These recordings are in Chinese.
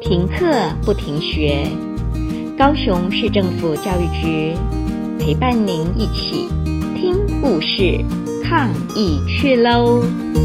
停课不停学，高雄市政府教育局陪伴您一起听故事、抗疫去喽！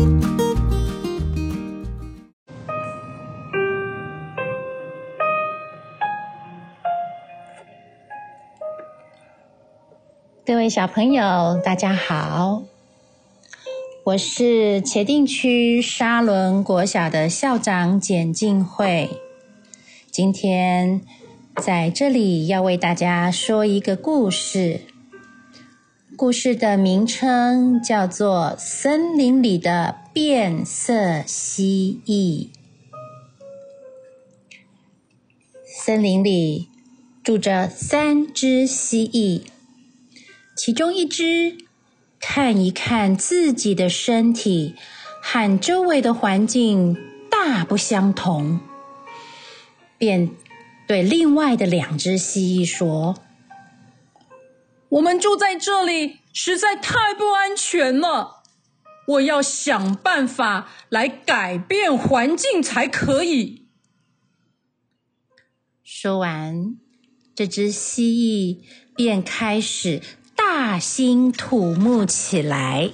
各位小朋友，大家好，我是茄萣区沙仑国小的校长简静慧。今天在这里要为大家说一个故事，故事的名称叫做《森林里的变色蜥蜴》。森林里住着3只蜥蜴，其中一只看一看自己的身体和周围的环境大不相同，便对另外的2只蜥蜴说： 我们住在这里实在太不安全了，我要想办法来改变环境才可以。 说完，这只蜥蜴便开始大兴土木起来。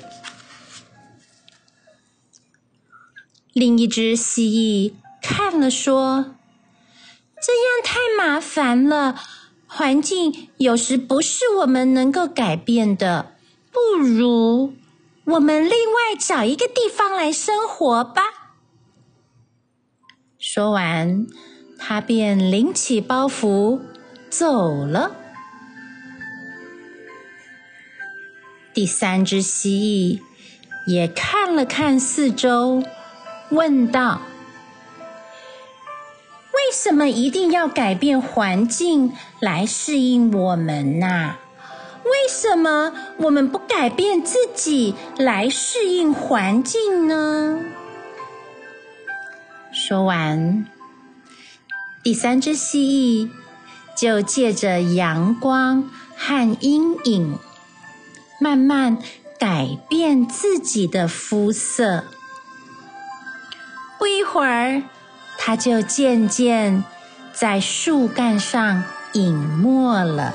另一只蜥蜴看了说：这样太麻烦了，环境有时不是我们能够改变的，不如我们另外找一个地方来生活吧。说完，他便拎起包袱走了。第3只蜥蜴也看了看四周，问道：为什么一定要改变环境来适应我们呢？为什么我们不改变自己来适应环境呢？说完，第3只蜥蜴就借着阳光和阴影，慢慢改变自己的肤色。不一会儿，它就渐渐在树干上隐没了。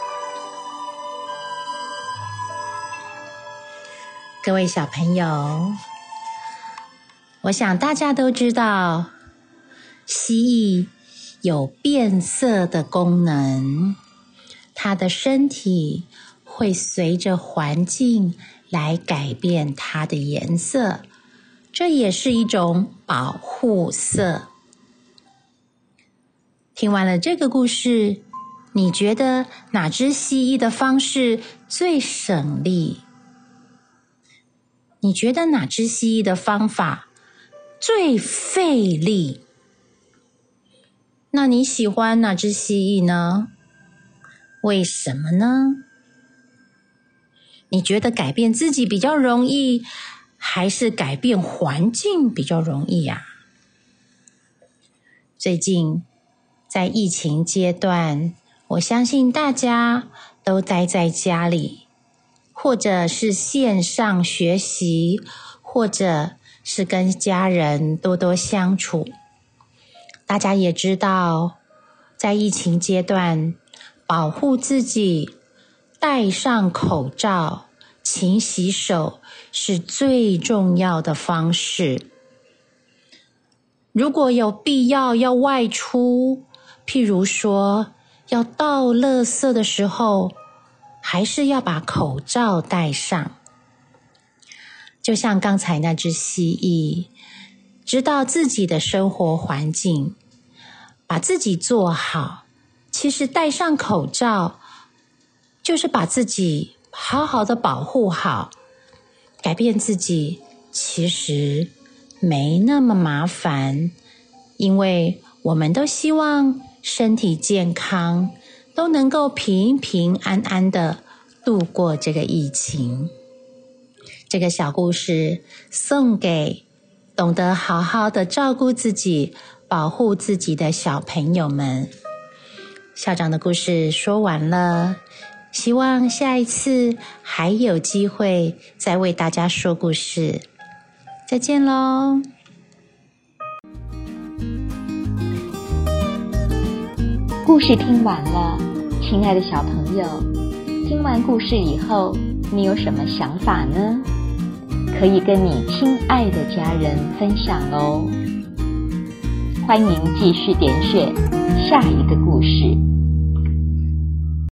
各位小朋友，我想大家都知道，蜥蜴有变色的功能，它的身体会随着环境来改变它的颜色，这也是一种保护色。听完了这个故事，你觉得哪只蜥蜴的方式最省力？你觉得哪只蜥蜴的方法最费力？那你喜欢哪只蜥蜴呢？为什么呢？你觉得改变自己比较容易，还是改变环境比较容易啊？最近在疫情阶段，我相信大家都待在家里，或者是线上学习，或者是跟家人多多相处。大家也知道，在疫情阶段，保护自己，戴上口罩，勤洗手是最重要的方式。如果有必要要外出，譬如说要倒垃圾的时候，还是要把口罩戴上。就像刚才那只蜥蜴，知道自己的生活环境，把自己做好，其实戴上口罩就是把自己好好的保护好。改变自己其实没那么麻烦，因为我们都希望身体健康，都能够平平安安的度过这个疫情。这个小故事送给懂得好好的照顾自己、保护自己的小朋友们。校长的故事说完了，希望下一次还有机会再为大家说故事。再见喽！ 故事听完了，亲爱的小朋友，听完故事以后，你有什么想法呢？可以跟你亲爱的家人分享哦。欢迎继续点选下一个故事。